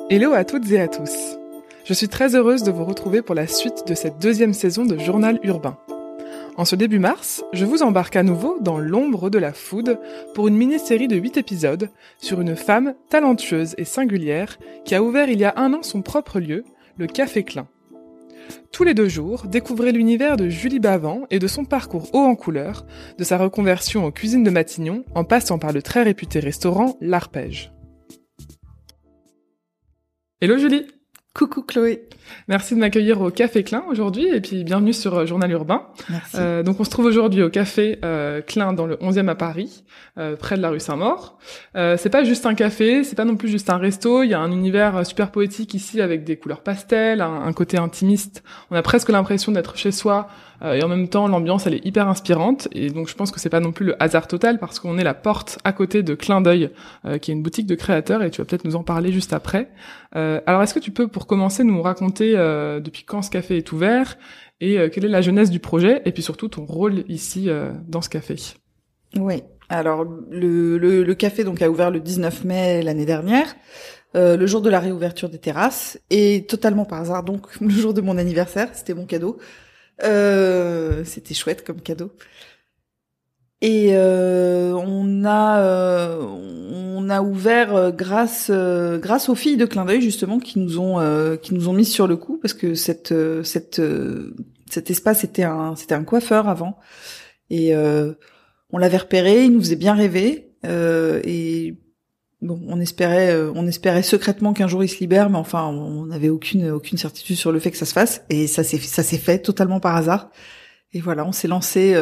Hello à toutes et à tous. Je suis très heureuse de vous retrouver pour la suite de cette deuxième saison de Journal Urbain. En ce début mars, je vous embarque à nouveau dans l'ombre de la food pour une mini-série de 8 épisodes sur une femme talentueuse et singulière qui a ouvert il y a 1 an son propre lieu, le Café Klein. Tous les 2 jours, découvrez l'univers de Julie Bavant et de son parcours haut en couleur, de sa reconversion en cuisine de Matignon, en passant par le très réputé restaurant L'Arpège. Hello Julie. Coucou Chloé. Merci de m'accueillir au Café Klein aujourd'hui et puis bienvenue sur Journal Urbain. Merci. Donc on se trouve aujourd'hui au Café Klein dans le 11e à Paris, près de la rue Saint-Maur. C'est pas juste un café, c'est pas non plus juste un resto, il y a un univers super poétique ici avec des couleurs pastel, un côté intimiste. On a presque l'impression d'être chez soi et en même temps l'ambiance elle est hyper inspirante et donc je pense que c'est pas non plus le hasard total parce qu'on est la porte à côté de Clin d'œil qui est une boutique de créateurs et tu vas peut-être nous en parler juste après. Alors est-ce que tu peux pour commencer nous raconter depuis quand ce café est ouvert et quelle est la genèse du projet et puis surtout ton rôle ici dans ce café? Oui, alors le café donc a ouvert le 19 mai l'année dernière, le jour de la réouverture des terrasses et totalement par hasard donc le jour de mon anniversaire, c'était mon cadeau. C'était chouette comme cadeau. Et on a ouvert grâce aux filles de Clin d'œil justement qui nous ont mis sur le coup parce que cet espace c'était un coiffeur avant et on l'avait repéré, il nous faisait bien rêver et bon on espérait secrètement qu'un jour il se libère mais enfin on n'avait aucune certitude sur le fait que ça se fasse et ça s'est fait totalement par hasard et voilà on s'est lancé.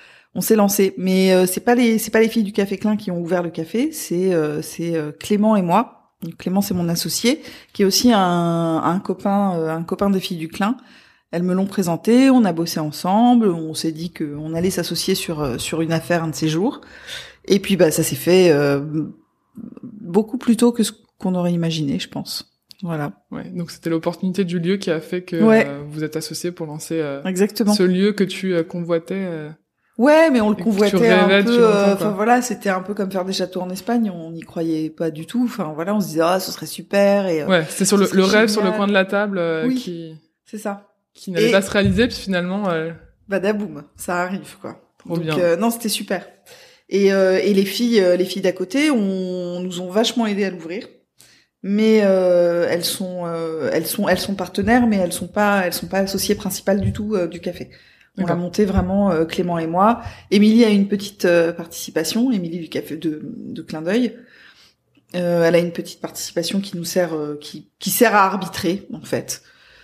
Mais c'est pas les filles du Café Klein qui ont ouvert le café, c'est Clément et moi. Clément c'est mon associé, qui est aussi un copain des filles du Klein. Elles me l'ont présenté, on a bossé ensemble, on s'est dit qu'on allait s'associer sur une affaire un de ces jours. Et puis bah ça s'est fait beaucoup plus tôt que ce qu'on aurait imaginé, je pense. Voilà. Ouais, donc c'était l'opportunité du lieu qui a fait que vous êtes associés pour lancer exactement ce lieu que tu convoitais. Ouais, mais on le convoitait un peu. Enfin voilà, c'était un peu comme faire des châteaux en Espagne. On n'y croyait pas du tout. Enfin voilà, on se disait ce serait super. Et ouais, c'est sur le rêve génial. sur le coin de la table oui, c'est ça. Qui n'allait pas se réaliser puis finalement. Badaboum, ça arrive quoi. Trop donc bien. Non, c'était super. Et les filles d'à côté nous ont vachement aidé à l'ouvrir. Mais elles sont partenaires, mais elles sont pas associées principales du tout du café. On l'a monté vraiment Clément et moi. Émilie a une petite participation, Émilie du café de Clin d'œil. Elle a une petite participation qui nous sert qui sert à arbitrer en fait.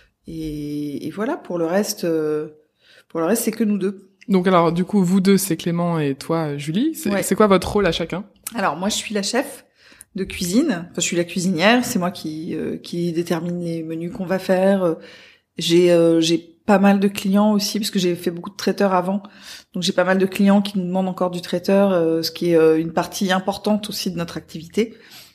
Et voilà, pour le reste c'est que nous deux. Donc alors du coup vous deux c'est Clément et toi Julie, c'est quoi votre rôle à chacun? Alors moi je suis la chef de cuisine, enfin je suis la cuisinière, c'est moi qui détermine les menus qu'on va faire. J'ai pas mal de clients aussi parce que j'ai fait beaucoup de traiteurs avant. Donc j'ai pas mal de clients qui nous demandent encore du traiteur, ce qui est une partie importante aussi de notre activité.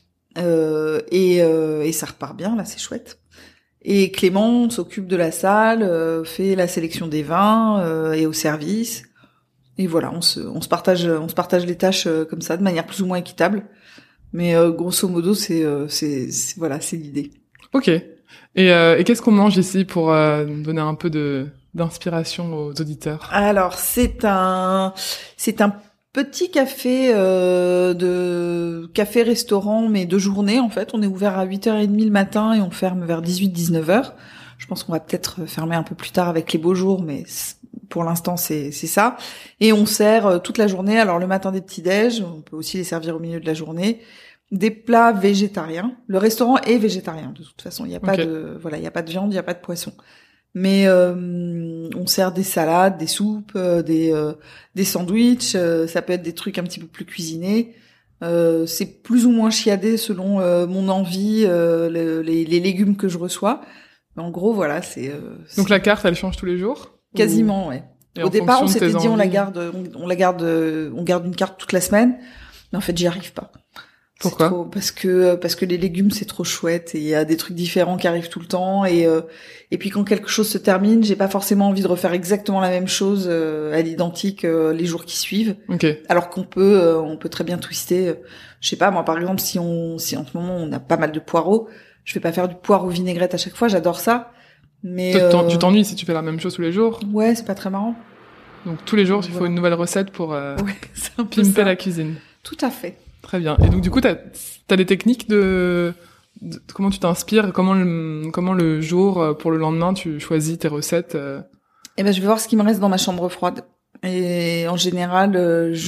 Et ça repart bien là, c'est chouette. Et Clément s'occupe de la salle, fait la sélection des vins et au service. Et voilà, on se partage les tâches comme ça de manière plus ou moins équitable. Mais grosso modo c'est l'idée. OK. Et qu'est-ce qu'on mange ici pour donner un peu d'inspiration aux auditeurs? Alors c'est un petit café de café-restaurant mais de journée en fait. On est ouvert à 8h30 le matin et on ferme vers 18-19h. Je pense qu'on va peut-être fermer un peu plus tard avec les beaux jours, mais pour l'instant c'est ça. Et on sert toute la journée. Alors le matin des petits-déj, on peut aussi les servir au milieu de la journée. Des plats végétariens. Le restaurant est végétarien de toute façon. Il y a pas il y a pas de viande, il y a pas de poisson. Mais on sert des salades, des soupes, des sandwichs. Ça peut être des trucs un petit peu plus cuisinés. C'est plus ou moins chiadé selon mon envie, les légumes que je reçois. Mais en gros, voilà, c'est. Donc la carte, elle change tous les jours? Quasiment, ouais. Au départ, on s'était dit on garde une carte toute la semaine. Mais en fait, j'y arrive pas. Pourquoi? Parce que les légumes c'est trop chouette et il y a des trucs différents qui arrivent tout le temps et puis quand quelque chose se termine, j'ai pas forcément envie de refaire exactement la même chose à l'identique les jours qui suivent. Okay. Alors qu'on peut très bien twister. Je sais pas moi par exemple si en ce moment on a pas mal de poireaux, je vais pas faire du poireau vinaigrette à chaque fois, j'adore ça. Mais tu t'ennuies si tu fais la même chose tous les jours. Ouais, c'est pas très marrant. Donc tous les jours, il faut une nouvelle recette pour ouais, c'est un peu pimper ça. la cuisine. Tout à fait. Très bien. Et donc du coup, t'as des techniques de comment tu t'inspires, comment le jour pour le lendemain tu choisis tes recettes. Eh ben, je vais voir ce qui me reste dans ma chambre froide. Et en général, je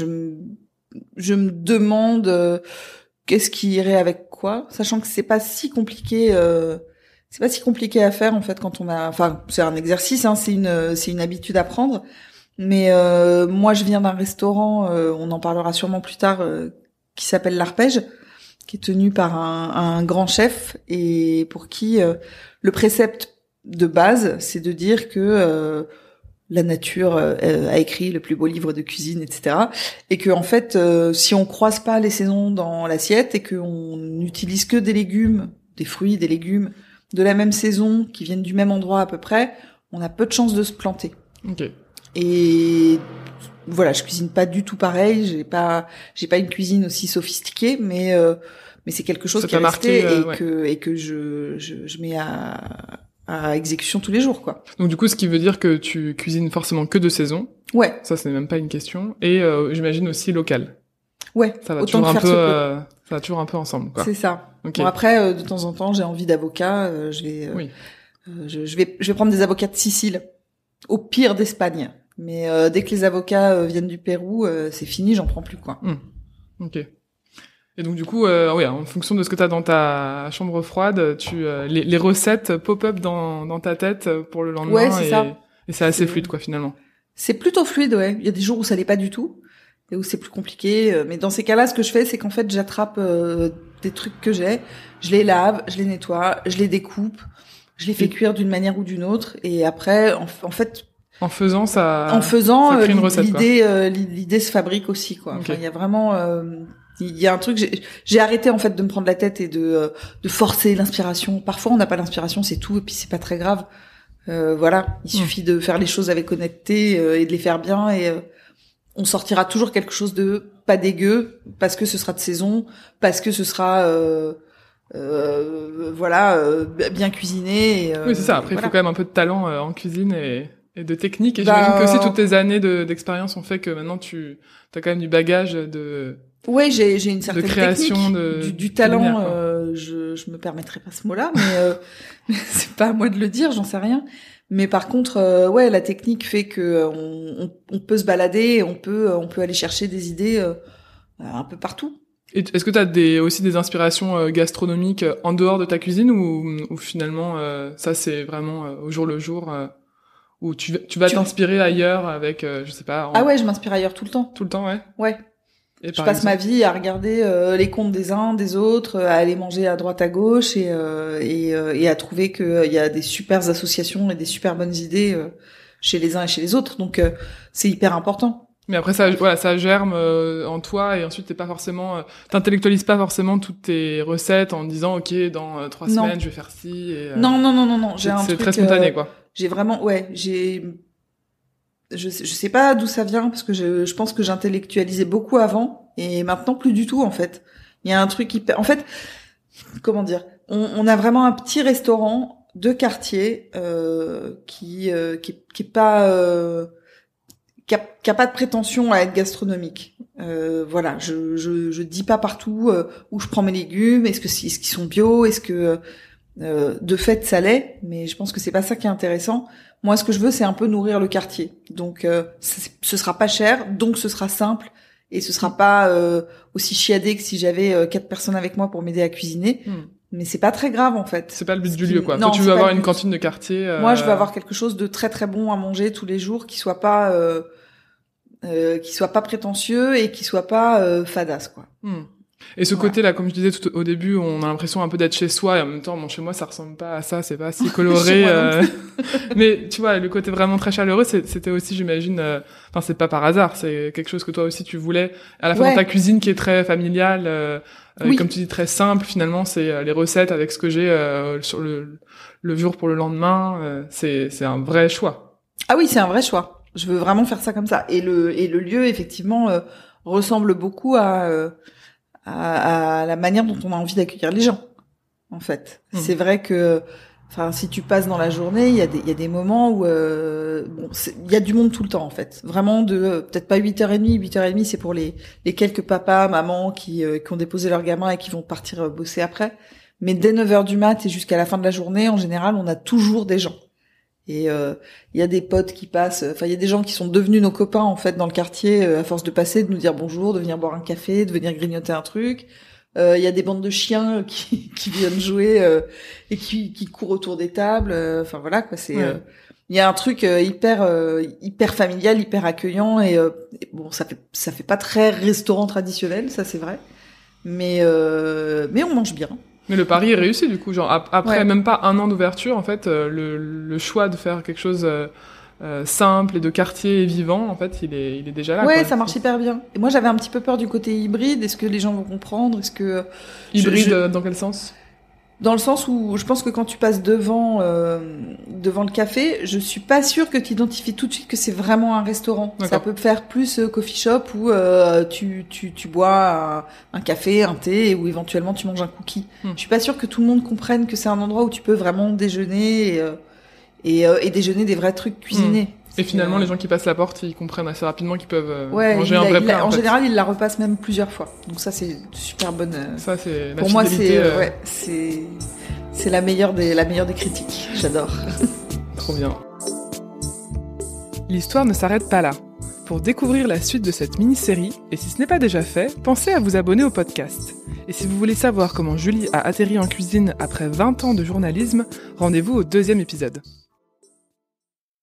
me demande qu'est-ce qui irait avec quoi, sachant que c'est pas si compliqué. C'est pas si compliqué à faire en fait quand on a. Enfin, c'est un exercice, hein, c'est une habitude à prendre. Mais moi, je viens d'un restaurant, on en parlera sûrement plus tard, qui s'appelle l'Arpège, qui est tenu par un grand chef et pour qui le précepte de base, c'est de dire que la nature a écrit le plus beau livre de cuisine, etc. Et que en fait, si on croise pas les saisons dans l'assiette et qu'on n'utilise que des légumes, des fruits, des légumes de la même saison, qui viennent du même endroit à peu près, on a peu de chances de se planter. Ok. Et voilà, je cuisine pas du tout pareil. J'ai pas une cuisine aussi sophistiquée, mais c'est quelque chose ça qui est resté marqué, et que je mets à exécution tous les jours, quoi. Donc du coup, ce qui veut dire que tu cuisines forcément que de saison. Ouais. Ça, c'est même pas une question. Et j'imagine aussi local. Ouais. Ça va toujours un peu ensemble, quoi. C'est ça. Okay. Bon, après, de temps en temps, j'ai envie d'avocat. Je vais prendre des avocats de Sicile, au pire d'Espagne. Mais dès que les avocats viennent du Pérou, c'est fini, j'en prends plus, quoi. Ok. Et donc du coup, en fonction de ce que t'as dans ta chambre froide, les recettes pop-up dans ta tête pour le lendemain. Ouais, c'est ça. Et c'est assez fluide, quoi, finalement. C'est plutôt fluide, ouais. Il y a des jours où ça l'est pas du tout et où c'est plus compliqué. Mais dans ces cas-là, ce que je fais, c'est qu'en fait, j'attrape des trucs que j'ai, je les lave, je les nettoie, je les découpe, je les fais cuire d'une manière ou d'une autre, et après, en fait. En faisant, ça crée une recette, l'idée se fabrique aussi, quoi. Okay. Enfin, il y a vraiment, il y a un truc, j'ai arrêté, en fait, de me prendre la tête et de forcer l'inspiration. Parfois, on n'a pas l'inspiration, c'est tout, et puis c'est pas très grave. Voilà. Il suffit de faire les choses avec honnêteté, et de les faire bien, et on sortira toujours quelque chose de pas dégueu, parce que ce sera de saison, parce que ce sera, bien cuisiné. Oui, c'est ça. Après, il faut quand même un peu de talent en cuisine et de technique. Et j'imagine que aussi toutes tes années d'expérience ont fait que maintenant tu as quand même du bagage de. Ouais, j'ai une certaine création technique, du talent. Je me permettrai pas ce mot-là, mais c'est pas à moi de le dire, j'en sais rien. Mais par contre, la technique fait que on peut se balader, on peut aller chercher des idées un peu partout. Et est-ce que tu as aussi des inspirations gastronomiques en dehors de ta cuisine ou finalement ça c'est vraiment au jour le jour où tu vas t'inspirer ailleurs avec je sais pas. Ah ouais, je m'inspire ailleurs tout le temps. Tout le temps, ouais. Ouais. Et je passe ma vie à regarder les comptes des uns, des autres, à aller manger à droite à gauche et à trouver qu'il y a des super associations et des super bonnes idées chez les uns et chez les autres. Donc c'est hyper important. Mais après ça germe en toi et ensuite t'intellectualises pas forcément toutes tes recettes en disant ok dans 3 semaines je vais faire ci. Et, non. C'est très spontané quoi. J'ai vraiment je sais pas d'où ça vient parce que je pense que j'intellectualisais beaucoup avant et maintenant plus du tout en fait. Il y a un truc en fait, comment dire, on a vraiment un petit restaurant de quartier qui est pas qui a pas de prétention à être gastronomique. Voilà, je dis pas partout où je prends mes légumes, est-ce qu'ils sont bio, est-ce que de fait ça l'est, mais je pense que c'est pas ça qui est intéressant. Moi, ce que je veux, c'est un peu nourrir le quartier. Donc, ce sera pas cher, donc ce sera simple et ce sera pas aussi chiadé que si j'avais 4 personnes avec moi pour m'aider à cuisiner. Mais c'est pas très grave en fait. C'est pas le but du lieu quoi. Toi, tu veux avoir une cantine de quartier. Moi, je veux avoir quelque chose de très très bon à manger tous les jours, qui soit pas prétentieux et qui soit pas fadasse quoi. Et ce côté-là, comme je disais tout au début, on a l'impression un peu d'être chez soi et en même temps, chez moi, ça ressemble pas à ça, c'est pas si coloré. Mais tu vois, le côté vraiment très chaleureux, c'était aussi, j'imagine, c'est pas par hasard, c'est quelque chose que toi aussi tu voulais, à la fois dans ta cuisine qui est très familiale, comme tu dis, très simple, finalement, c'est les recettes avec ce que j'ai sur le jour pour le lendemain, c'est un vrai choix. Ah oui, c'est un vrai choix. Je veux vraiment faire ça comme ça. Et le lieu, effectivement, ressemble beaucoup à la manière dont on a envie d'accueillir les gens. en fait. C'est vrai que, enfin, si tu passes dans la journée, il y a des moments où, il y a du monde tout le temps, en fait. Vraiment peut-être pas 8h30, 8h30, c'est pour les quelques papas, mamans qui ont déposé leurs gamins et qui vont partir bosser après. Mais dès 9h du mat et jusqu'à la fin de la journée, en général, on a toujours des gens. Et il y a des potes qui passent, enfin il y a des gens qui sont devenus nos copains en fait dans le quartier à force de passer, de nous dire bonjour, de venir boire un café, de venir grignoter un truc. Il y a des bandes de chiens qui viennent jouer et qui courent autour des tables. Enfin voilà quoi, c'est il y a un truc hyper familial, hyper accueillant et bon ça fait pas très restaurant traditionnel, ça c'est vrai. Mais on mange bien. Mais le pari est réussi du coup, genre après même pas un an d'ouverture, en fait, le choix de faire quelque chose simple et de quartier et vivant, en fait, il est déjà là. Ouais, quoi. Ça marche hyper bien. Et moi, j'avais un petit peu peur du côté hybride. Est-ce que les gens vont comprendre? Est-ce que hybride dans quel sens? Dans le sens où je pense que quand tu passes devant le café, je suis pas sûre que tu identifies tout de suite que c'est vraiment un restaurant. D'accord. Ça peut faire plus coffee shop où tu bois un café, un thé ou éventuellement tu manges un cookie. Je suis pas sûre que tout le monde comprenne que c'est un endroit où tu peux vraiment déjeuner et déjeuner des vrais trucs cuisinés. Et finalement, les gens qui passent la porte, ils comprennent assez rapidement qu'ils peuvent manger un vrai plat. En général, ils la repassent même plusieurs fois. Donc ça, c'est une super bonne. Ça, c'est la pour moi, fidélité, c'est la meilleure des critiques. J'adore. Trop bien. L'histoire ne s'arrête pas là. Pour découvrir la suite de cette mini-série, et si ce n'est pas déjà fait, pensez à vous abonner au podcast. Et si vous voulez savoir comment Julie a atterri en cuisine après 20 ans de journalisme, rendez-vous au 2e épisode.